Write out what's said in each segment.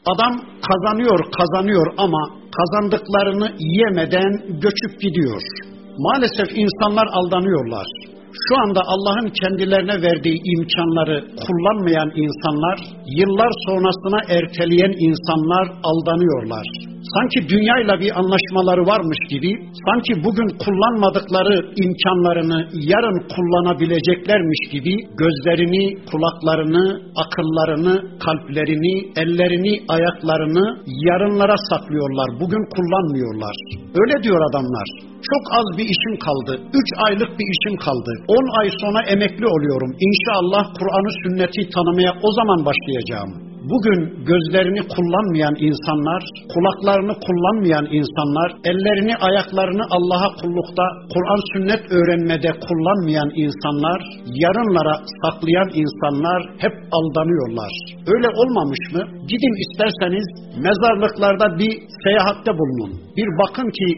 Adam kazanıyor ama kazandıklarını yemeden göçüp gidiyor. Maalesef insanlar aldanıyorlar. Şu anda Allah'ın kendilerine verdiği imkanları kullanmayan insanlar, yıllar sonrasına erteleyen insanlar aldanıyorlar. Sanki dünyayla bir anlaşmaları varmış gibi, sanki bugün kullanmadıkları imkanlarını yarın kullanabileceklermiş gibi gözlerini, kulaklarını, akıllarını, kalplerini, ellerini, ayaklarını yarınlara saklıyorlar. Bugün kullanmıyorlar. Öyle diyor adamlar. Çok az bir işim kaldı. 3 aylık bir işim kaldı. 10 ay sonra emekli oluyorum. İnşallah Kur'an'ı, sünneti tanımaya o zaman başlayacağım. Bugün gözlerini kullanmayan insanlar, kulaklarını kullanmayan insanlar, ellerini, ayaklarını Allah'a kullukta, Kur'an, sünnet öğrenmede kullanmayan insanlar, yarınlara saklayan insanlar hep aldanıyorlar. Öyle olmamış mı? Gidin isterseniz mezarlıklarda bir seyahatte bulunun. Bir bakın ki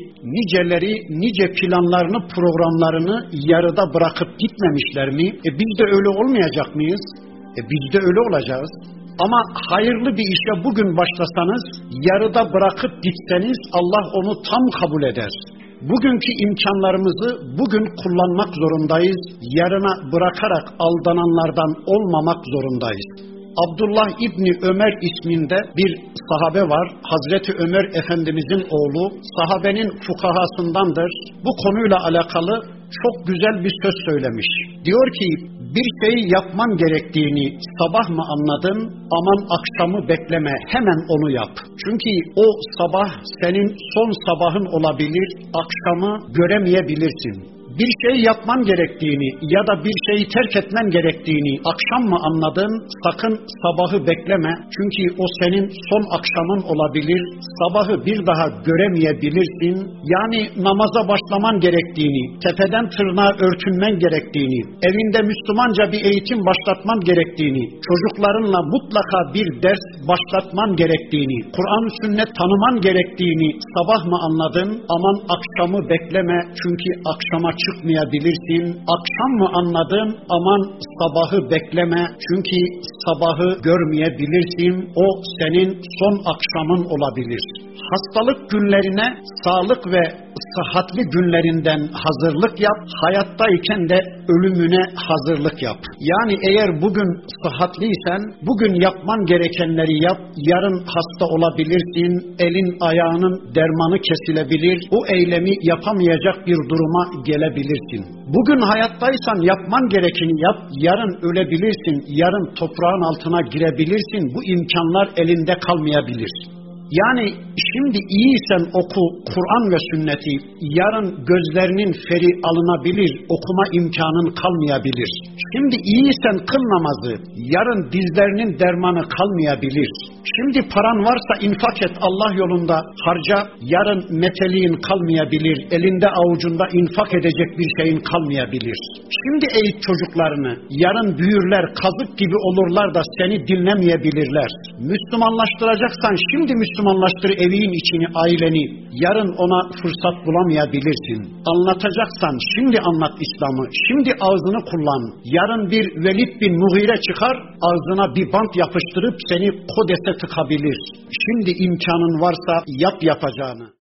nice planlarını, programlarını yarıda bırakıp gitmemişler mi? Biz de öyle olmayacak mıyız? Biz de öyle olacağız. Ama hayırlı bir işe bugün başlasanız, yarıda bırakıp gitseniz Allah onu tam kabul eder. Bugünkü imkanlarımızı bugün kullanmak zorundayız. Yarına bırakarak aldananlardan olmamak zorundayız. Abdullah İbni Ömer isminde bir sahabe var. Hazreti Ömer Efendimizin oğlu, sahabenin fukahasındandır. Bu konuyla alakalı çok güzel bir söz söylemiş. Diyor ki, bir şeyi yapman gerektiğini sabah mı anladın? Aman akşamı bekleme, hemen onu yap. Çünkü o sabah senin son sabahın olabilir, akşamı göremeyebilirsin. Bir şey yapman gerektiğini ya da bir şeyi terk etmen gerektiğini akşam mı anladın? Sakın sabahı bekleme. Çünkü o senin son akşamın olabilir. Sabahı bir daha göremeyebilirsin. Yani namaza başlaman gerektiğini, tepeden tırnağa örtünmen gerektiğini, evinde Müslümanca bir eğitim başlatman gerektiğini, çocuklarınla mutlaka bir ders başlatman gerektiğini, Kur'an-ı sünnet tanıman gerektiğini sabah mı anladın? Aman akşamı bekleme. Çünkü akşama çıkmayabilirsin. Akşam mı anladın? Aman sabahı bekleme. Çünkü sabahı görmeyebilirsin. O senin son akşamın olabilir. Hastalık günlerine sağlık ve sıhhatli günlerinden hazırlık yap. Hayattayken de ölümüne hazırlık yap. Yani eğer bugün sıhhatliysen bugün yapman gerekenleri yap. Yarın hasta olabilirsin. Elin ayağının dermanı kesilebilir. Bu eylemi yapamayacak bir duruma gelebilirsin. Bugün hayattaysan yapman gerekeni yap. Yarın ölebilirsin. Yarın toprağın altına girebilirsin. Bu imkanlar elinde kalmayabilir. Yani şimdi iyiysen oku Kur'an ve sünneti, yarın gözlerinin feri alınabilir, okuma imkanın kalmayabilir. Şimdi iyiysen kıl namazı, yarın dizlerinin dermanı kalmayabilir. Şimdi paran varsa infak et, Allah yolunda harca, yarın meteliğin kalmayabilir, elinde avucunda infak edecek bir şeyin kalmayabilir. Şimdi eğit çocuklarını, yarın büyürler, kazık gibi olurlar da seni dinlemeyebilirler. Müslümanlaştıracaksan şimdi Müslümanlaştır evin içini, aileni, yarın ona fırsat bulamayabilirsin. Anlatacaksan şimdi anlat İslam'ı, şimdi ağzını kullan. Yarın bir Velid bin Mughire çıkar, ağzına bir bant yapıştırıp seni kodese tıkabilir. Şimdi imkanın varsa yap yapacağını.